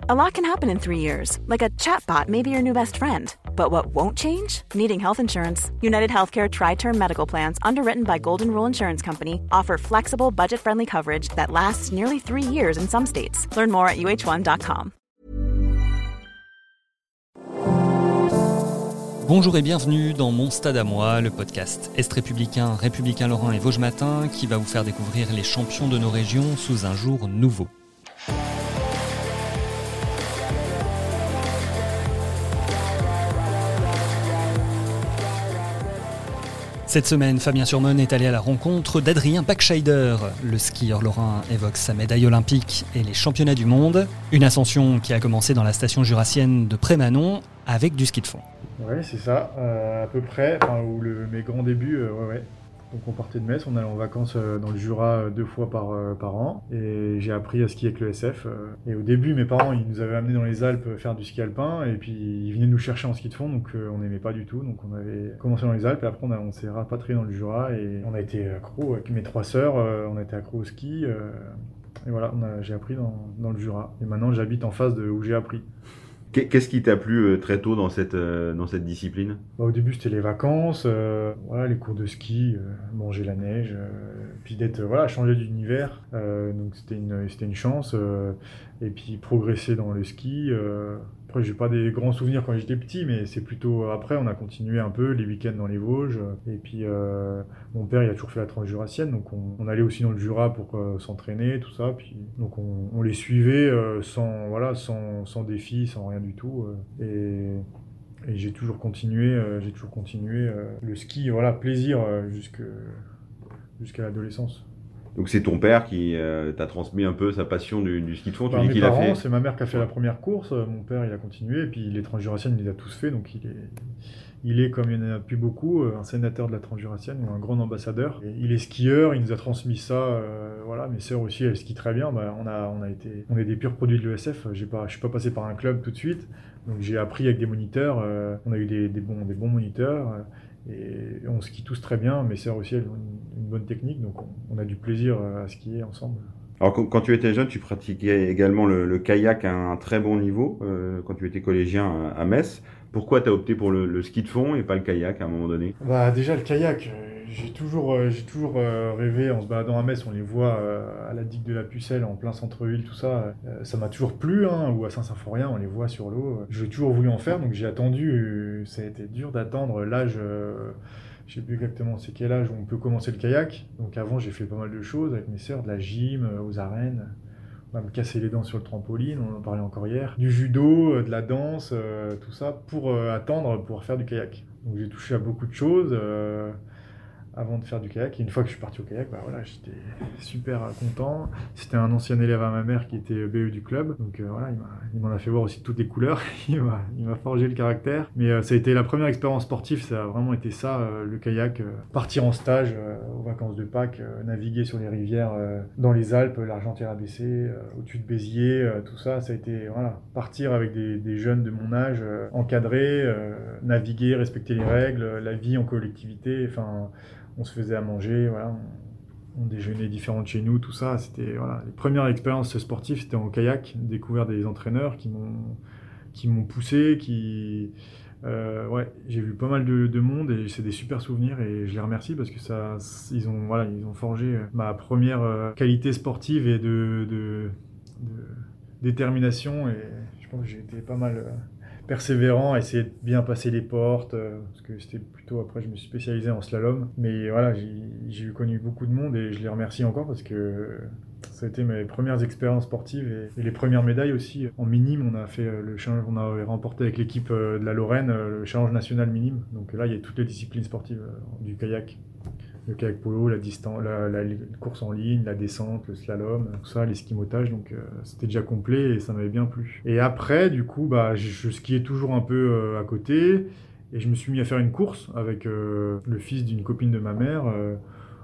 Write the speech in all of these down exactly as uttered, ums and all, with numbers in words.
A lot can happen in three years, like a chatbot may be your new best friend. But what won't change? Needing health insurance. United Healthcare Tri-Term Medical Plans, underwritten by Golden Rule Insurance Company, offer flexible, budget-friendly coverage that lasts nearly three years in some states. Learn more at U H one dot com. Bonjour et bienvenue dans Mon Stade à moi, le podcast Est républicain, républicain lorrain et Vosges Matin qui va vous faire découvrir les champions de nos régions sous un jour nouveau. Cette semaine, Fabien Surmon est allé à la rencontre d'Adrien Backscheider. Le skieur lorrain évoque sa médaille olympique et les championnats du monde. Une ascension qui a commencé dans la station jurassienne de Prémanon avec du ski de fond. Ouais, c'est ça, euh, à peu près, enfin, où le, mes grands débuts, euh, ouais, ouais. Donc on partait de Metz, on allait en vacances euh, dans le Jura euh, deux fois par, euh, par an, et j'ai appris à skier avec le S F. Euh, et au début, mes parents, ils nous avaient amenés dans les Alpes faire du ski alpin, et puis ils venaient nous chercher en ski de fond, donc euh, on n'aimait pas du tout. Donc on avait commencé dans les Alpes, et après on, a, on s'est rapatrié dans le Jura, et on a été accro avec mes trois sœurs, euh, on a été accro au ski, euh, et voilà, on a, j'ai appris dans, dans le Jura. Et maintenant j'habite en face de où j'ai appris. Qu'est-ce qui t'a plu très tôt dans cette, dans cette discipline ? Bah, au début, c'était les vacances, euh, voilà, les cours de ski, euh, manger la neige, euh, puis d'être, voilà, changer d'univers. Euh, donc c'était une, c'était une chance. Euh, et puis progresser dans le ski. Euh, après, j'ai pas des grands souvenirs quand j'étais petit, mais c'est plutôt après, on a continué un peu les week-ends dans les Vosges. Et puis euh, mon père, il a toujours fait la transjurassienne, donc on, on allait aussi dans le Jura pour euh, s'entraîner, tout ça. Puis donc on, on les suivait euh, sans, voilà, sans, sans défi, sans rien du tout. Euh, et Et j'ai toujours continué, euh, j'ai toujours continué euh, le ski, voilà, plaisir euh, jusque, jusqu'à l'adolescence. Donc c'est ton père qui euh, t'a transmis un peu sa passion du, du ski de fond. Tu Par dis mes qu'il parents, a fait. C'est ma mère qui a fait la première course. Mon père, il a continué, et puis les transjurassiennes, il les a tous fait, donc il est, il est comme il n'y en a plus beaucoup, un sénateur de la transjurassienne ou un grand ambassadeur. Et il est skieur, il nous a transmis ça. Euh, voilà, mes sœurs aussi, elles skient très bien. Bah, on a, on a été, on est des purs produits de l'E S F. J'ai pas, je suis pas passé par un club tout de suite. Donc j'ai appris avec des moniteurs, euh, on a eu des, des, bons, des bons moniteurs, euh, et on skie tous très bien, mes sœurs aussi elles ont une, une bonne technique, donc on, on a du plaisir à skier ensemble. Alors quand, quand tu étais jeune, tu pratiquais également le, le kayak à un très bon niveau, euh, quand tu étais collégien à, à Metz. Pourquoi tu as opté pour le, le ski de fond et pas le kayak à un moment donné ? Bah déjà le kayak, euh, j'ai toujours, euh, j'ai toujours euh, rêvé, en se baladant à Metz, on les voit euh, à la digue de la Pucelle, en plein centre-ville, tout ça. Euh, ça m'a toujours plu, hein, ou à Saint-Symphorien, on les voit sur l'eau. J'ai toujours voulu en faire, donc j'ai attendu, euh, ça a été dur d'attendre l'âge, euh, je sais plus exactement c'est quel âge où on peut commencer le kayak. Donc avant j'ai fait pas mal de choses avec mes sœurs, de la gym, euh, aux arènes. On va me casser les dents sur le trampoline, on en parlait encore hier. Du judo, de la danse, euh, tout ça, pour euh, attendre, pour faire du kayak. Donc j'ai touché à beaucoup de choses euh, avant de faire du kayak. Et une fois que je suis parti au kayak, bah voilà, j'étais super content. C'était un ancien élève à ma mère qui était B E du club. Donc euh, voilà, il, m'a, il m'en a fait voir aussi toutes les couleurs. il, m'a, il m'a forgé le caractère. Mais euh, ça a été la première expérience sportive, ça a vraiment été ça, euh, le kayak. Euh, partir en stage euh, aux vacances de Pâques, euh, naviguer sur les rivières euh, dans les Alpes, l'Argentière A B C, euh, au-dessus de Béziers, euh, tout ça, ça a été, voilà, partir avec des, des jeunes de mon âge, euh, encadrer, euh, naviguer, respecter les règles, la vie en collectivité, enfin... On se faisait à manger, voilà, on, on déjeunait différents de chez nous, tout ça. C'était, voilà, les premières expériences sportives, c'était en kayak, découvert des entraîneurs qui m'ont, qui m'ont poussé, qui, euh, ouais, j'ai vu pas mal de, de monde et c'est des super souvenirs et je les remercie parce que ça, ils ont, voilà, ils ont forgé ma première qualité sportive et de, de, de détermination et je pense que j'ai été pas mal persévérant, essayer de bien passer les portes, euh, parce que c'était plutôt après je me suis spécialisé en slalom. Mais voilà, j'ai, j'ai connu beaucoup de monde et je les remercie encore parce que ça a été mes premières expériences sportives et, et les premières médailles aussi. En minime, on a fait le challenge, on a remporté avec l'équipe de la Lorraine le challenge national minime. Donc là, il y a toutes les disciplines sportives du kayak. Le kayak polo, la, distance, la, la, la course en ligne, la descente, le slalom, tout ça, l'esquimotage, donc euh, c'était déjà complet et ça m'avait bien plu. Et après, du coup, bah, je, je skiais toujours un peu euh, à côté et je me suis mis à faire une course avec euh, le fils d'une copine de ma mère. Euh,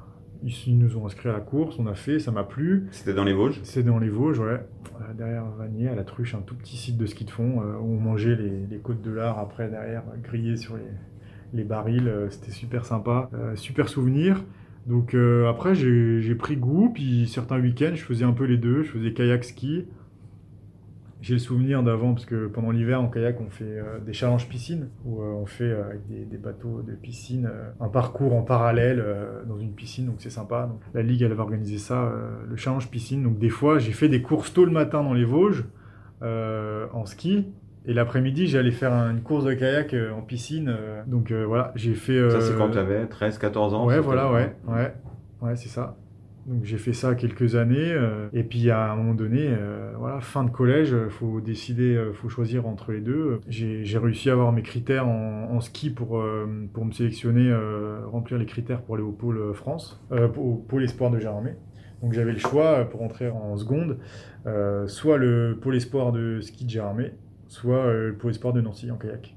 ils nous ont inscrits à la course, on a fait, ça m'a plu. C'était dans les Vosges ? C'était dans les Vosges, ouais. Euh, derrière Vanier, à la Truche, un tout petit site de ski de fond euh, où on mangeait les, les côtes de lard après, derrière, grillées sur les... les barils, euh, c'était super sympa, euh, super souvenir. Donc euh, après j'ai, j'ai pris goût, puis certains week-ends je faisais un peu les deux, je faisais kayak ski J'ai le souvenir d'avant, parce que pendant l'hiver en kayak on fait euh, des challenges piscine, où euh, on fait euh, avec des, des bateaux de piscine euh, un parcours en parallèle euh, dans une piscine, donc c'est sympa. Donc, la Ligue elle va organiser ça, euh, le challenge piscine. Donc des fois j'ai fait des courses tôt le matin dans les Vosges, euh, en ski. Et l'après-midi, j'allais faire un, une course de kayak euh, en piscine. Euh, donc euh, voilà, j'ai fait... Euh, Ça, c'est quand tu avais treize quatorze ans? Ouais, voilà, ouais, ouais, ouais, c'est ça. Donc j'ai fait ça quelques années. Euh, et puis à un moment donné, euh, voilà, fin de collège, il faut décider, il euh, faut choisir entre les deux. J'ai, j'ai réussi à avoir mes critères en, en ski pour, euh, pour me sélectionner, euh, remplir les critères pour aller au pôle France, euh, au pôle espoir de Gérardmer. Donc j'avais le choix pour entrer en seconde, euh, soit le pôle espoir de ski de Gérardmer, soit euh, le pôle espoir de Nancy en kayak.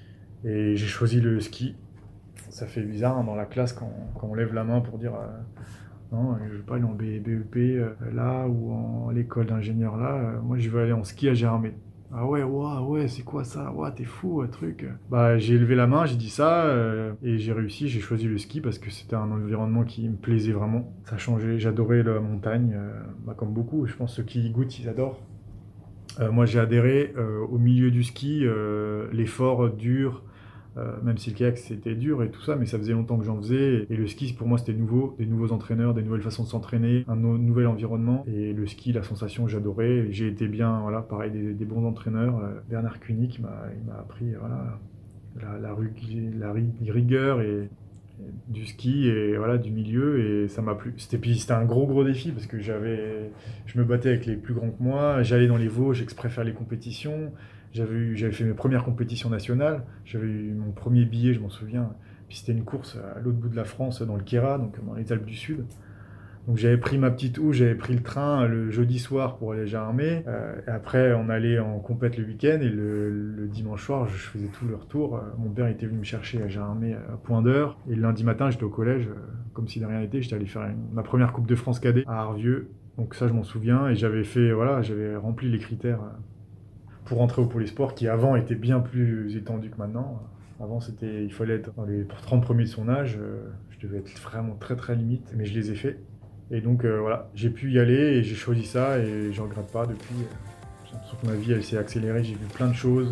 Et j'ai choisi le ski. Ça fait bizarre hein, dans la classe quand, quand on lève la main pour dire euh, non, je veux pas aller en B E P euh, là ou en l'école d'ingénieur là. Euh, moi, je veux aller en ski à Gérardmer. Ah ouais, ouais, ouais, c'est quoi ça? Ouais, t'es fou, un truc. Bah, j'ai levé la main, j'ai dit ça euh, et j'ai réussi. J'ai choisi le ski parce que c'était un environnement qui me plaisait vraiment. Ça changeait. J'adorais la montagne, euh, bah, comme beaucoup. Je pense que ceux qui y goûtent, ils adorent. Euh, moi, j'ai adhéré euh, au milieu du ski, euh, l'effort dur, euh, même si le kayak c'était dur et tout ça, mais ça faisait longtemps que j'en faisais. Et le ski, pour moi, c'était nouveau, des nouveaux entraîneurs, des nouvelles façons de s'entraîner, un no- nouvel environnement. Et le ski, la sensation, j'adorais. J'ai été bien, voilà, pareil, des, des bons entraîneurs. Euh, Bernard Kunig, m'a, il m'a appris, voilà, la, la, rug- la ri- rigueur et du ski et voilà du milieu et ça m'a plu. C'était puis c'était un gros gros défi parce que j'avais je me battais avec les plus grands que moi, j'allais dans les Vosges exprès faire les compétitions, j'avais eu, j'avais fait mes premières compétitions nationales, j'avais eu mon premier billet, je m'en souviens. Puis c'était une course à l'autre bout de la France dans le Queyras, donc dans les Alpes du Sud. Donc j'avais pris ma petite housse, j'avais pris le train le jeudi soir pour aller à Gérardmer. Euh, et après, on allait en compète le week-end et le, le dimanche soir, je faisais tout le retour. Euh, mon père était venu me chercher à Gérardmer à point d'heure. Et le lundi matin, j'étais au collège, euh, comme si de rien n'était. J'étais allé faire une, ma première Coupe de France cadet à Arvieux. Donc ça, je m'en souviens. Et j'avais fait, voilà, j'avais rempli les critères pour entrer au Pôle Sport, qui avant était bien plus étendu que maintenant. Avant, c'était, il fallait être dans les trente premiers de son âge. Euh, je devais être vraiment très très limite, mais je les ai faits. Et donc euh, voilà, j'ai pu y aller et j'ai choisi ça et je regrette pas depuis. Euh, j'ai l'impression que ma vie elle s'est accélérée, j'ai vu plein de choses.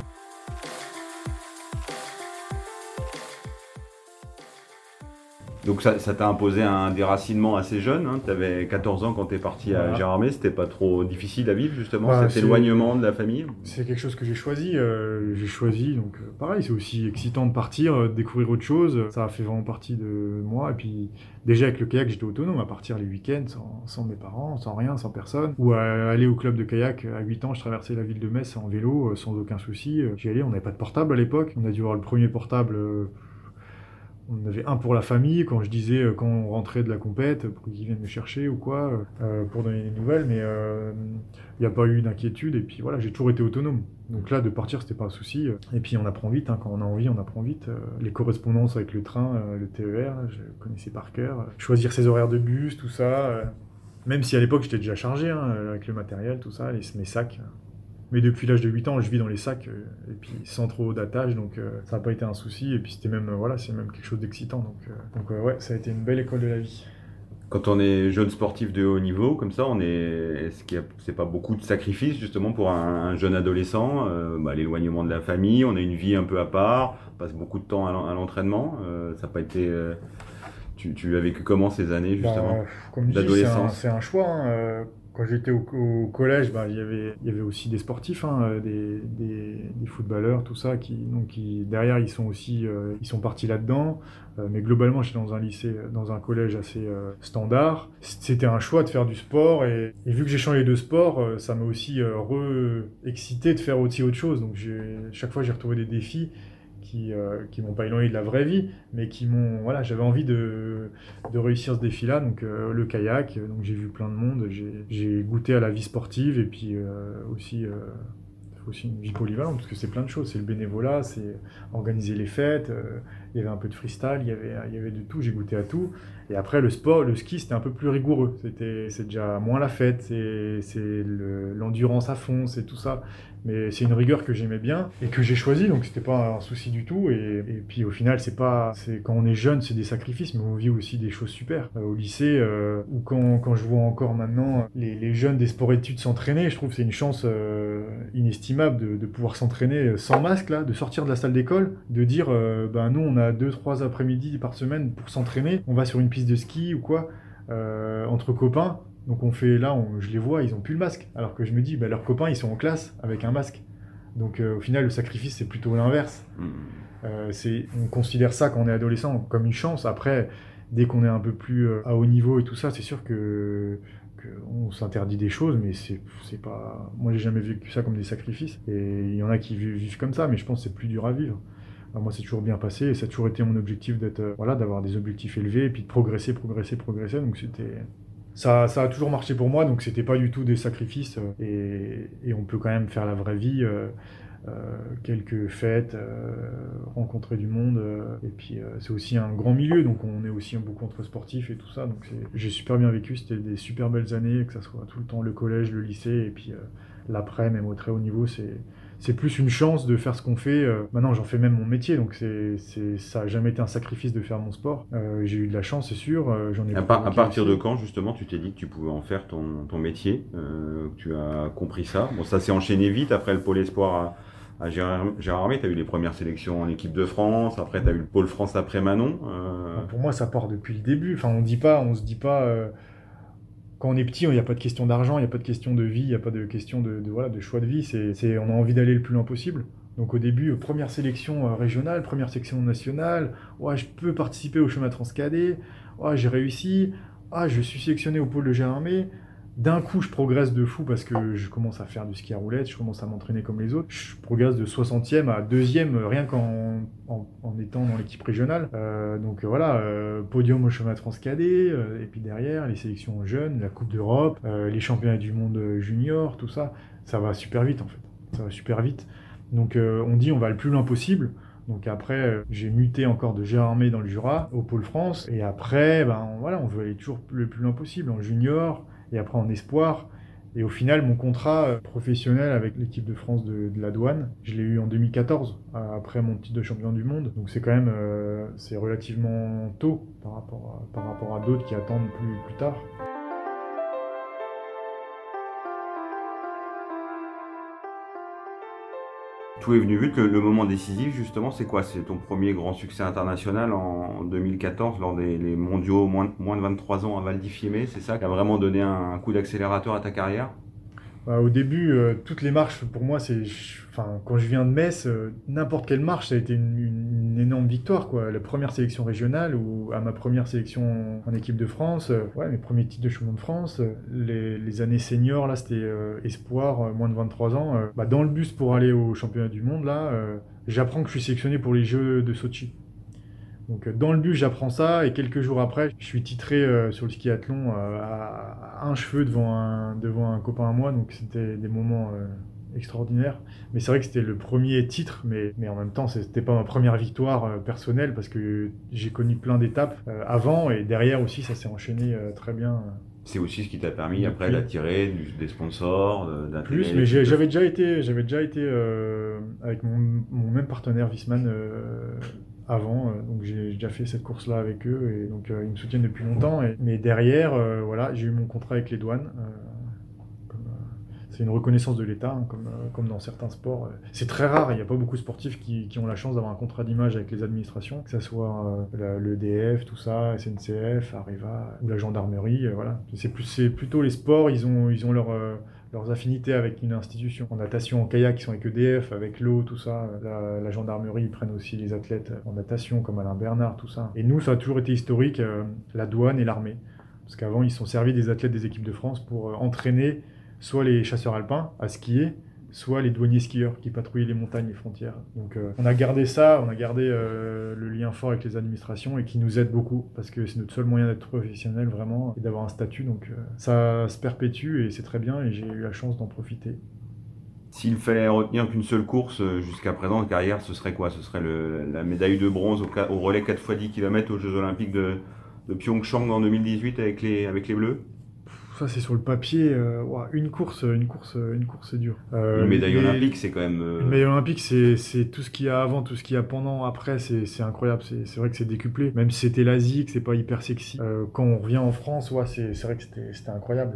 Donc ça, ça t'a imposé un déracinement assez jeune, hein. Tu avais quatorze ans quand tu es parti voilà. à Gérardmer, c'était pas trop difficile à vivre justement, bah, cet éloignement de la famille? C'est quelque chose que j'ai choisi, euh, j'ai choisi, donc euh, pareil, c'est aussi excitant de partir, euh, de découvrir autre chose, ça a fait vraiment partie de moi, et puis déjà avec le kayak j'étais autonome, à partir les week-ends sans, sans mes parents, sans rien, sans personne, ou à aller au club de kayak, à huit ans je traversais la ville de Metz en vélo, euh, sans aucun souci, j'y allais, on n'avait pas de portable à l'époque, on a dû avoir le premier portable... Euh, On avait un pour la famille, quand je disais, euh, quand on rentrait de la compète, pour qu'ils viennent me chercher ou quoi, euh, pour donner des nouvelles, mais il euh, n'y a pas eu d'inquiétude, et puis voilà, j'ai toujours été autonome. Donc là, de partir, c'était pas un souci. Et puis on apprend vite, hein, quand on a envie, on apprend vite. Euh, les correspondances avec le train, euh, le T E R, là, je connaissais par cœur. Choisir ses horaires de bus, tout ça. Euh, même si à l'époque, j'étais déjà chargé, hein, avec le matériel, tout ça, les, mes sacs. Mais depuis l'âge de huit ans, je vis dans les sacs, euh, et puis sans trop d'attache, donc euh, ça n'a pas été un souci. Et puis c'était même, euh, voilà, c'est même quelque chose d'excitant. Donc, euh, donc euh, ouais, ça a été une belle école de la vie. Quand on est jeune sportif de haut niveau, comme ça, on est, est-ce qu'il y a, c'est pas beaucoup de sacrifices justement pour un, un jeune adolescent, euh, bah, l'éloignement de la famille, on a une vie un peu à part, on passe beaucoup de temps à l'entraînement, euh, ça n'a pas été... Euh, tu, tu as vécu comment ces années justement bah, comme d'adolescence? C'est un, c'est un choix, hein, euh... Quand j'étais au, au collège, ben, il y avait, il y avait aussi des sportifs, hein, des, des, des footballeurs, tout ça, qui, donc, qui derrière ils sont aussi, euh, ils sont partis là-dedans. Euh, mais globalement, j'étais dans un lycée, dans un collège assez euh, standard. C'était un choix de faire du sport, et, et vu que j'ai changé de sport, euh, ça m'a aussi euh, re-excité de faire aussi autre chose. Donc j'ai, chaque fois, j'ai retrouvé des défis qui euh, qui m'ont pas éloigné de la vraie vie, mais qui m'ont, voilà, j'avais envie de de réussir ce défi-là, donc euh, le kayak, donc j'ai vu plein de monde, j'ai j'ai goûté à la vie sportive, et puis euh, aussi euh, aussi une vie polyvalente, parce que c'est plein de choses, c'est le bénévolat, c'est organiser les fêtes, euh, il y avait un peu de freestyle, il y avait il y avait de tout, j'ai goûté à tout. Et après le sport, le ski, c'était un peu plus rigoureux, c'était c'est déjà moins la fête, c'est c'est le, l'endurance à fond, c'est tout ça. Mais c'est une rigueur que j'aimais bien et que j'ai choisie, donc c'était pas un souci du tout. Et, et puis au final, c'est pas, c'est, quand on est jeune, c'est des sacrifices, mais on vit aussi des choses super. Euh, au lycée, euh, ou quand, quand je vois encore maintenant les, les jeunes des sports-études s'entraîner, je trouve que c'est une chance euh, inestimable de, de pouvoir s'entraîner sans masque, là, de sortir de la salle d'école, de dire, euh, ben nous, on a deux, trois après-midi par semaine pour s'entraîner, on va sur une piste de ski ou quoi, euh, entre copains. Donc on fait là, on, je les vois, ils ont plus le masque. Alors que je me dis, bah, leurs copains, ils sont en classe avec un masque. Donc euh, au final, le sacrifice, c'est plutôt l'inverse. Mmh. Euh, c'est, on considère ça quand on est adolescent comme une chance. Après, dès qu'on est un peu plus euh, à haut niveau et tout ça, c'est sûr que, que on s'interdit des choses, mais c'est, c'est pas. Moi, j'ai jamais vécu ça comme des sacrifices. Et il y en a qui vivent, vivent comme ça, mais je pense que c'est plus dur à vivre. Alors moi, c'est toujours bien passé et ça a toujours été mon objectif d'être, euh, voilà, d'avoir des objectifs élevés et puis de progresser, progresser, progresser. Donc c'était. Ça, ça a toujours marché pour moi, donc c'était pas du tout des sacrifices. Et, et on peut quand même faire la vraie vie, euh, euh, quelques fêtes, euh, rencontrer du monde. Euh, et puis euh, c'est aussi un grand milieu, donc on est aussi beaucoup entre sportifs et tout ça. Donc c'est, j'ai super bien vécu, c'était des super belles années, que ça soit tout le temps le collège, le lycée, et puis euh, l'après, même au très haut niveau, c'est... C'est plus une chance de faire ce qu'on fait. Euh, maintenant, j'en fais même mon métier, donc c'est, c'est, ça n'a jamais été un sacrifice de faire mon sport. Euh, j'ai eu de la chance, c'est sûr. Euh, j'en ai à, par, à partir aussi. De quand, justement, tu t'es dit que tu pouvais en faire ton, ton métier, euh, que tu as compris ça? Bon, ça s'est enchaîné vite. Après le pôle espoir à, à Gérard, Gérardmer, tu as eu les premières sélections en équipe de France. Après, tu as eu le pôle France après Manon. Euh... Pour moi, ça part depuis le début. Enfin, on dit pas, on se dit pas... Euh... Quand on est petit, il n'y a pas de question d'argent, il n'y a pas de question de vie, il n'y a pas de question de, de, voilà, de choix de vie. C'est, c'est, on a envie d'aller le plus loin possible. Donc au début, première sélection régionale, première sélection nationale. Ouais, je peux participer au chemin Transcadet. Ouais, j'ai réussi. Ah, je suis sélectionné au pôle de Gérardmer. D'un coup, je progresse de fou parce que je commence à faire du ski à roulette, je commence à m'entraîner comme les autres. Je progresse de soixantième à deuxième rien qu'en en, en étant dans l'équipe régionale. Euh, donc voilà, euh, podium au chemin Transcadet, euh, et puis derrière, les sélections jeunes, la Coupe d'Europe, euh, les championnats du monde junior, tout ça. Ça va super vite en fait. Ça va super vite. Donc euh, on dit on va le plus loin possible. Donc après, j'ai muté encore de Gérardmer dans le Jura, au pôle France. Et après, ben, voilà, on veut aller toujours le plus loin possible, en junior, et après en espoir. Et au final, mon contrat professionnel avec l'équipe de France de, de la douane, je l'ai eu en deux mille quatorze, après mon titre de champion du monde. Donc c'est quand même euh, c'est relativement tôt par rapport à, par rapport à d'autres qui attendent plus, plus tard. Tout est venu vite. Le, le moment décisif, justement, c'est quoi? C'est ton premier grand succès international en deux mille quatorze, lors des les mondiaux moins, moins de vingt-trois ans à Val di Fiemme. C'est ça qui a vraiment donné un, un coup d'accélérateur à ta carrière? Bah, au début, euh, toutes les marches, pour moi, c'est, enfin, quand je viens de Metz, euh, n'importe quelle marche, ça a été une, une, une énorme victoire, quoi. La première sélection régionale ou à ma première sélection en équipe de France, euh, ouais, mes premiers titres de champion de France, euh, les, les années seniors, là, c'était euh, espoir, euh, moins de vingt-trois ans. Euh, bah, dans le bus pour aller au championnat du monde, là, euh, j'apprends que je suis sélectionné pour les Jeux de Sochi. Donc dans le bus, j'apprends ça, et quelques jours après, je suis titré euh, sur le skiathlon euh, à, à un cheveu devant un, devant un copain à moi, donc c'était des moments euh, extraordinaires. Mais c'est vrai que c'était le premier titre, mais, mais en même temps, c'était pas ma première victoire euh, personnelle, parce que j'ai connu plein d'étapes euh, avant, et derrière aussi, ça s'est enchaîné euh, très bien. C'est aussi ce qui t'a permis après d'attirer du, des sponsors, d'intégrer... Plus, mais j'ai, j'avais déjà été, j'avais déjà été euh, avec mon, mon même partenaire Wiesmann euh, avant, euh, donc j'ai déjà fait cette course-là avec eux, et donc euh, ils me soutiennent depuis longtemps. Et, mais derrière, euh, voilà, j'ai eu mon contrat avec les douanes. Euh, comme, euh, c'est une reconnaissance de l'État, hein, comme, euh, comme dans certains sports. C'est très rare, il n'y a pas beaucoup de sportifs qui, qui ont la chance d'avoir un contrat d'image avec les administrations, que ce soit euh, la, l'E D F, tout ça, S N C F, Areva, ou la gendarmerie, euh, voilà. C'est, plus, c'est plutôt les sports, ils ont, ils ont leur... Euh, leurs affinités avec une institution. En natation, en kayak, ils sont avec E D F, avec l'eau, tout ça. La, la gendarmerie, ils prennent aussi les athlètes en natation, comme Alain Bernard, tout ça. Et nous, ça a toujours été historique, euh, la douane et l'armée. Parce qu'avant, ils se sont servis des athlètes des équipes de France pour euh, entraîner soit les chasseurs alpins à skier, soit les douaniers skieurs qui patrouillaient les montagnes, les frontières. Donc euh, on a gardé ça, on a gardé euh, le lien fort avec les administrations, et qui nous aide beaucoup, parce que c'est notre seul moyen d'être professionnel vraiment, et d'avoir un statut. Donc euh, ça se perpétue, et c'est très bien, et j'ai eu la chance d'en profiter. S'il fallait retenir qu'une seule course jusqu'à présent en carrière, ce serait quoi? Ce serait le, la médaille de bronze au, au relais quatre fois dix kilomètres aux Jeux Olympiques de, de Pyeongchang en deux mille dix-huit avec les, avec les Bleus? ça c'est sur le papier. Euh, wow, une course, une course, une course, c'est dur. Euh, une médaille les, olympique, c'est quand même. Euh... Une médaille olympique, c'est, c'est tout ce qu'il y a avant, tout ce qu'il y a pendant, après, c'est, c'est incroyable. C'est, c'est vrai que c'est décuplé. Même si c'était l'Asie, que c'est pas hyper sexy. Euh, quand on revient en France, ouais, c'est, c'est vrai que c'était, c'était incroyable.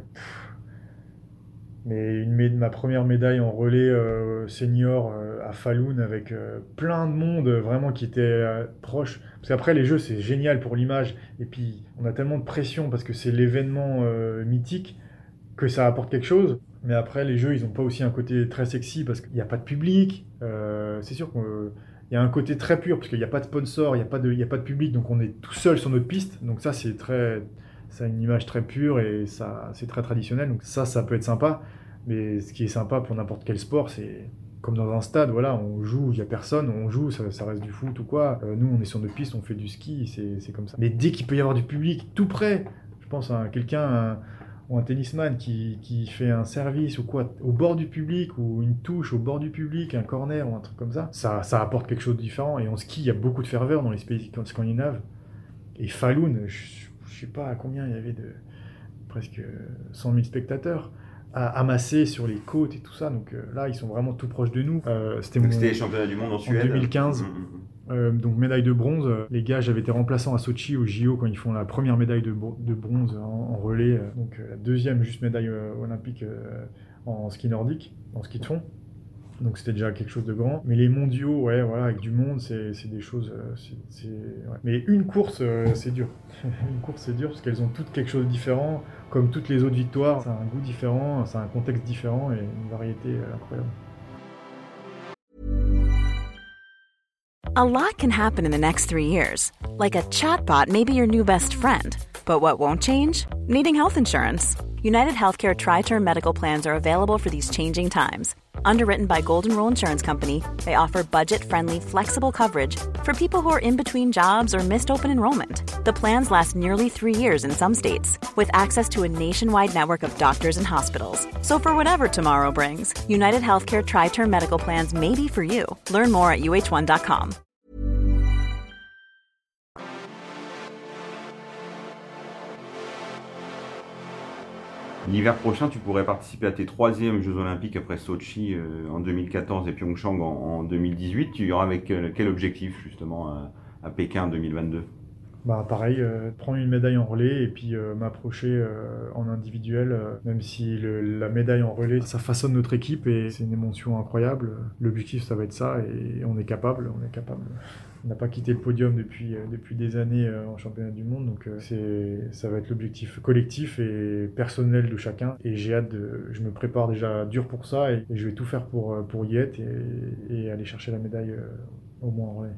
Mais une, ma première médaille en relais euh, senior euh, à Falun avec euh, plein de monde euh, vraiment qui était euh, proche. Parce qu'après les jeux c'est génial pour l'image et puis on a tellement de pression parce que c'est l'événement euh, mythique que ça apporte quelque chose. Mais après les jeux ils n'ont pas aussi un côté très sexy parce qu'il n'y a pas de public. Euh, c'est sûr qu'il y a un côté très pur parce qu'il n'y a pas de sponsor, il n'y a pas de, il n'y a pas de public donc on est tout seul sur notre piste. Donc ça c'est très... Ça a une image très pure et ça, c'est très traditionnel, donc ça, ça peut être sympa. Mais ce qui est sympa pour n'importe quel sport, c'est comme dans un stade, voilà, on joue, il n'y a personne, on joue, ça, ça reste du foot ou quoi. Euh, nous, on est sur notre piste, on fait du ski, c'est, c'est comme ça. Mais dès qu'il peut y avoir du public tout près, je pense à quelqu'un, un, ou un tennisman qui, qui fait un service ou quoi, au bord du public, ou une touche au bord du public, un corner ou un truc comme ça, ça, ça apporte quelque chose de différent. Et en ski, il y a beaucoup de ferveur dans les pays scandinaves. Et Falun, je je sais pas à combien il y avait de presque cent mille spectateurs à amasser sur les côtes et tout ça. Donc euh, là, ils sont vraiment tout proches de nous. Euh, c'était donc mon, c'était les championnats du monde en Suède. En deux mille quinze. Mmh. Euh, donc médaille de bronze. Les gars, j'avais été remplaçant à Sochi au J O quand ils font la première médaille de, de bronze en, en relais. Donc euh, la deuxième juste médaille euh, olympique euh, en ski nordique, en ski de fond. Donc c'était déjà quelque chose de grand. Mais les mondiaux, ouais, voilà, avec du monde, c'est, c'est des choses... Euh, c'est, c'est, ouais. Mais une course, euh, c'est dur. Une course, c'est dur parce qu'elles ont toutes quelque chose de différent. Comme toutes les autres victoires, ça a un goût différent, ça a un contexte différent et une variété euh, incroyable. A lot can happen in the next three years. Like a chatbot may be your new best friend. But what won't change? Needing health insurance. United Healthcare Tri-Term Medical Plans are available for these changing times. Underwritten by Golden Rule Insurance Company, they offer budget-friendly, flexible coverage for people who are in between jobs or missed open enrollment. The plans last nearly three years in some states, with access to a nationwide network of doctors and hospitals. So for whatever tomorrow brings, United Healthcare Tri-Term Medical Plans may be for you. Learn more at U H one dot com. L'hiver prochain, tu pourrais participer à tes troisièmes Jeux Olympiques après Sochi euh, en deux mille quatorze et Pyeongchang en, en deux mille dix-huit. Tu y auras avec euh, quel objectif justement à, à Pékin en deux mille vingt-deux? Bah pareil, euh, prendre une médaille en relais et puis euh, m'approcher euh, en individuel, euh, même si le, la médaille en relais, ça façonne notre équipe et c'est une émotion incroyable. L'objectif, ça va être ça et on est capable, on est capable. On n'a pas quitté le podium depuis, euh, depuis des années euh, en championnat du monde, donc euh, c'est, ça va être l'objectif collectif et personnel de chacun. Et j'ai hâte de, je me prépare déjà dur pour ça et, et je vais tout faire pour, pour y être et, et aller chercher la médaille euh, au moins en relais.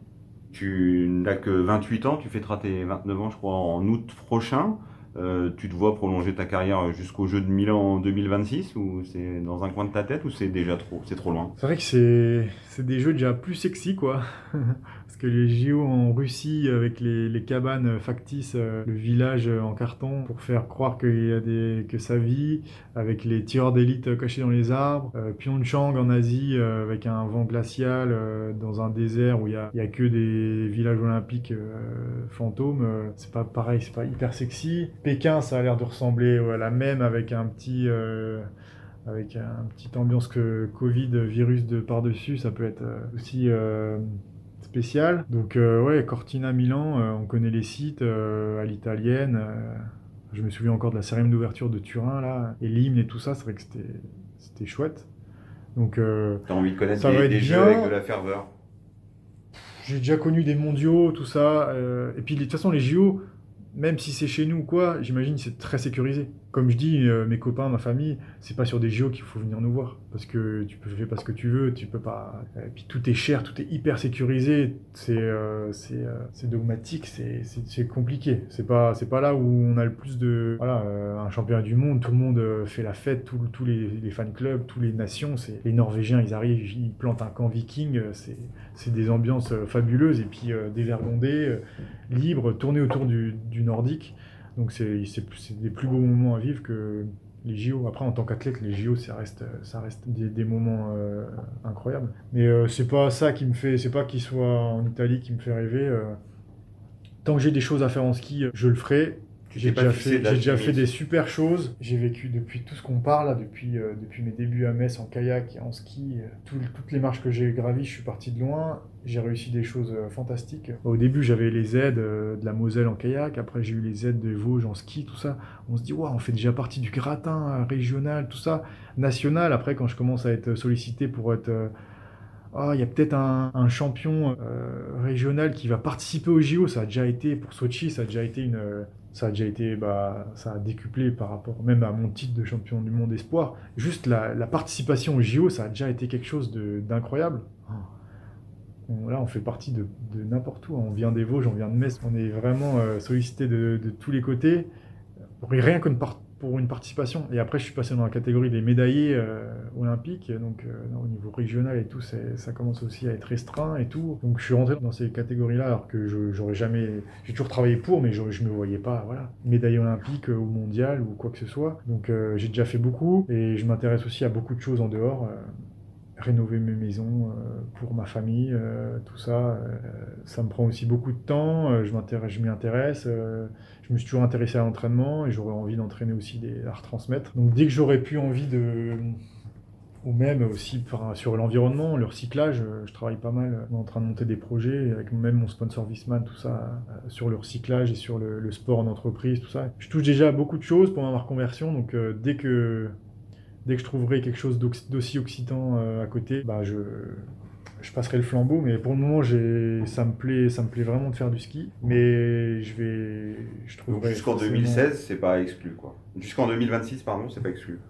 Tu n'as que vingt-huit ans, tu fêteras tes vingt-neuf ans je crois en août prochain. Euh, tu te vois prolonger ta carrière jusqu'aux Jeux de Milan en deux mille vingt-six ou c'est dans un coin de ta tête ou c'est déjà trop, c'est trop loin? C'est vrai que c'est, c'est des jeux déjà plus sexy quoi. Parce que les J O en Russie avec les, les cabanes factices, euh, le village en carton pour faire croire qu'il y a des, que ça vit, avec les tireurs d'élite cachés dans les arbres, euh, Pyeongchang en Asie euh, avec un vent glacial euh, dans un désert où il y a, il y a que des villages olympiques euh, fantômes, euh, c'est pas pareil, c'est pas hyper sexy. Pékin, ça a l'air de ressembler ouais, à la même avec un petit, euh, avec un petite ambiance que Covid, virus de par-dessus, ça peut être euh, aussi euh, spécial. Donc euh, ouais, Cortina, Milan, euh, on connaît les sites euh, à l'italienne. Euh, je me souviens encore de la cérémonie d'ouverture de Turin là, et l'hymne et tout ça, c'est vrai que c'était, c'était chouette. Donc euh, t'as envie de connaître ça des, va être des bien. jeux avec de la ferveur? J'ai déjà connu des mondiaux, tout ça, euh, et puis de toute façon les J O. Même si c'est chez nous ou quoi, j'imagine que c'est très sécurisé. Comme je dis, euh, mes copains, ma famille, c'est pas sur des J O qu'il faut venir nous voir. Parce que tu peux faire pas ce que tu veux, tu peux pas... Et puis tout est cher, tout est hyper sécurisé, c'est, euh, c'est, euh, c'est dogmatique, c'est, c'est, c'est compliqué. C'est pas, c'est pas là où on a le plus de... Voilà, euh, un championnat du monde, tout le monde fait la fête, tous les, les fan clubs, toutes les nations. C'est... Les Norvégiens, ils arrivent, ils plantent un camp viking, c'est, c'est des ambiances fabuleuses, et puis euh, dévergondées, euh, libres, tournées autour du, du nordique. Donc c'est, c'est, c'est des plus beaux moments à vivre que les J O. Après, en tant qu'athlète, les J O, ça reste, ça reste des, des moments euh, incroyables. Mais euh, c'est pas ça qui me fait, c'est pas qu'ils soient en Italie qui me fait rêver. Euh, tant que j'ai des choses à faire en ski, je le ferai. J'ai déjà, fait, j'ai déjà fait des super choses. J'ai vécu depuis tout ce qu'on parle, là, depuis, euh, depuis mes débuts à Metz en kayak et en ski. Euh, tout, toutes les marches que j'ai gravies, je suis parti de loin. J'ai réussi des choses euh, fantastiques. Au début, j'avais les aides euh, de la Moselle en kayak. Après, j'ai eu les aides des Vosges en ski, tout ça. On se dit, waouh, on fait déjà partie du gratin euh, régional, tout ça. National, après, quand je commence à être sollicité pour être... Euh, oh, il y a peut-être un, un champion euh, régional qui va participer au J O. Ça a déjà été, pour Sochi, ça a déjà été une... Euh, Ça a déjà été, bah, ça a décuplé par rapport même à mon titre de champion du monde espoir. Juste la, la participation au J O, ça a déjà été quelque chose de, d'incroyable. On, là, on fait partie de, de n'importe où. On vient des Vosges, on vient de Metz. On est vraiment euh, sollicité de, de tous les côtés. Rien que par, pour une participation. Et après, je suis passé dans la catégorie des médaillés euh, olympiques. Donc, euh, non, au niveau régional et tout, c'est, ça commence aussi à être restreint et tout. Donc, je suis rentré dans ces catégories-là alors que je, j'aurais jamais... J'ai toujours travaillé pour, mais je ne me voyais pas, voilà, médaillé olympique euh, ou mondial ou quoi que ce soit. Donc, euh, j'ai déjà fait beaucoup et je m'intéresse aussi à beaucoup de choses en dehors. Euh, rénover mes maisons euh, pour ma famille, euh, tout ça, euh, ça me prend aussi beaucoup de temps, euh, je, m'intéresse, je m'y intéresse, euh, je me suis toujours intéressé à l'entraînement et j'aurais envie d'entraîner aussi, des, à retransmettre. Donc dès que j'aurais pu envie de... ou même aussi enfin, sur l'environnement, le recyclage, je travaille pas mal en train de monter des projets, avec même mon sponsor Visman, tout ça, euh, sur le recyclage et sur le, le sport en entreprise, tout ça. Je touche déjà à beaucoup de choses pour ma reconversion, donc euh, dès que... Dès que je trouverai quelque chose d'aussi excitant euh, à côté, bah je, je passerai le flambeau. Mais pour le moment, j'ai, ça me plaît, ça me plaît vraiment de faire du ski. Mais je vais, je trouverai. Donc jusqu'en deux mille seize, c'est pas exclu, quoi. Jusqu'en deux mille vingt-six, pardon, c'est pas exclu.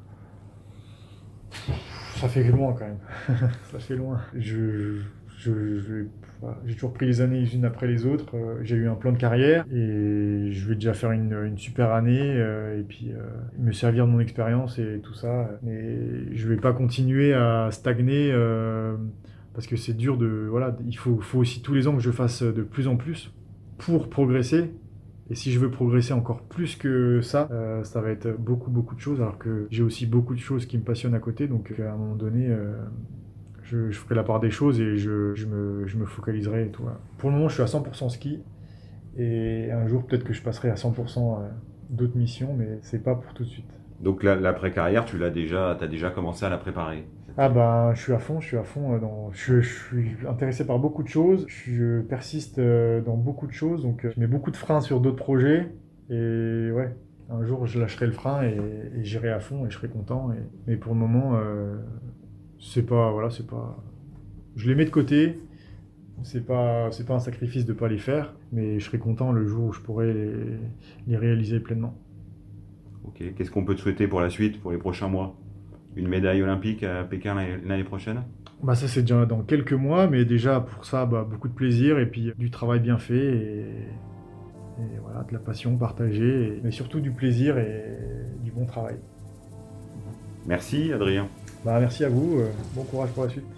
Ça fait loin quand même. Ça fait loin. Je, je, je, voilà. J'ai toujours pris les années les unes après les autres. Euh, j'ai eu un plan de carrière et je vais déjà faire une, une super année euh, et puis euh, me servir de mon expérience et tout ça. Mais je vais pas continuer à stagner euh, parce que c'est dur de voilà. Il faut, faut aussi tous les ans que je fasse de plus en plus pour progresser. Et si je veux progresser encore plus que ça, euh, ça va être beaucoup beaucoup de choses. Alors que j'ai aussi beaucoup de choses qui me passionnent à côté. Donc à un moment donné. Euh, Je, je ferai la part des choses et je, je, me, je me focaliserai et tout. Voilà. Pour le moment, je suis à cent pour cent ski et un jour, peut-être que je passerai à cent pour cent d'autres missions, mais c'est pas pour tout de suite. Donc l'après-carrière, tu l'as déjà, t'as déjà commencé à la préparer? Ah ben, je suis à fond, je suis à fond. Dans, je, je suis intéressé par beaucoup de choses, je persiste dans beaucoup de choses, donc je mets beaucoup de freins sur d'autres projets et ouais. Un jour, je lâcherai le frein et, et j'irai à fond et je serai content. Et, mais pour le moment, euh, c'est pas, voilà, c'est pas. Je les mets de côté. C'est pas, c'est pas un sacrifice de pas les faire, mais je serai content le jour où je pourrai les, les réaliser pleinement. Ok. Qu'est-ce qu'on peut te souhaiter pour la suite, pour les prochains mois? Une médaille olympique à Pékin l'année prochaine? Bah ça c'est déjà dans quelques mois, mais déjà pour ça, bah, beaucoup de plaisir et puis du travail bien fait et, et voilà, de la passion partagée, et, mais surtout du plaisir et du bon travail. Merci Adrien. Bah, merci à vous, euh, bon courage pour la suite.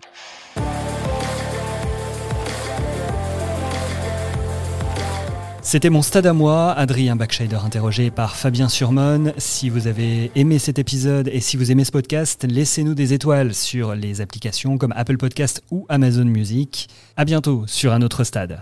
C'était mon stade à moi, Adrien Backscheider interrogé par Fabien Surmonne. Si vous avez aimé cet épisode et si vous aimez ce podcast, laissez-nous des étoiles sur les applications comme Apple Podcast ou Amazon Music. À bientôt sur un autre stade.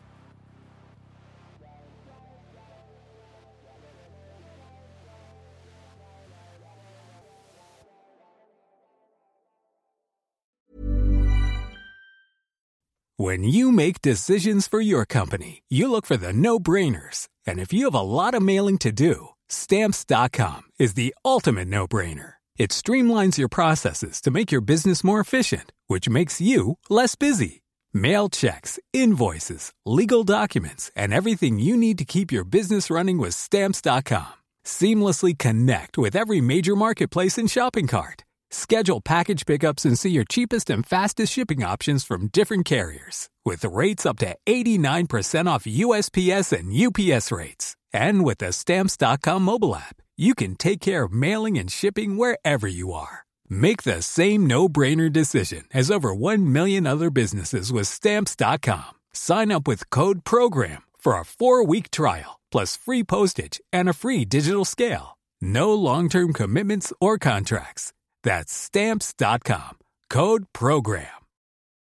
When you make decisions for your company, you look for the no-brainers. And if you have a lot of mailing to do, Stamps dot com is the ultimate no-brainer. It streamlines your processes to make your business more efficient, which makes you less busy. Mail checks, invoices, legal documents, and everything you need to keep your business running with Stamps dot com. Seamlessly connect with every major marketplace and shopping cart. Schedule package pickups and see your cheapest and fastest shipping options from different carriers. With rates up to eighty-nine percent off U S P S and U P S rates. And with the Stamps dot com mobile app, you can take care of mailing and shipping wherever you are. Make the same no-brainer decision as over one million other businesses with Stamps dot com. Sign up with code PROGRAM for a four-week trial, plus free postage and a free digital scale. No long-term commitments or contracts. That's Stamps dot com. Code PROGRAM.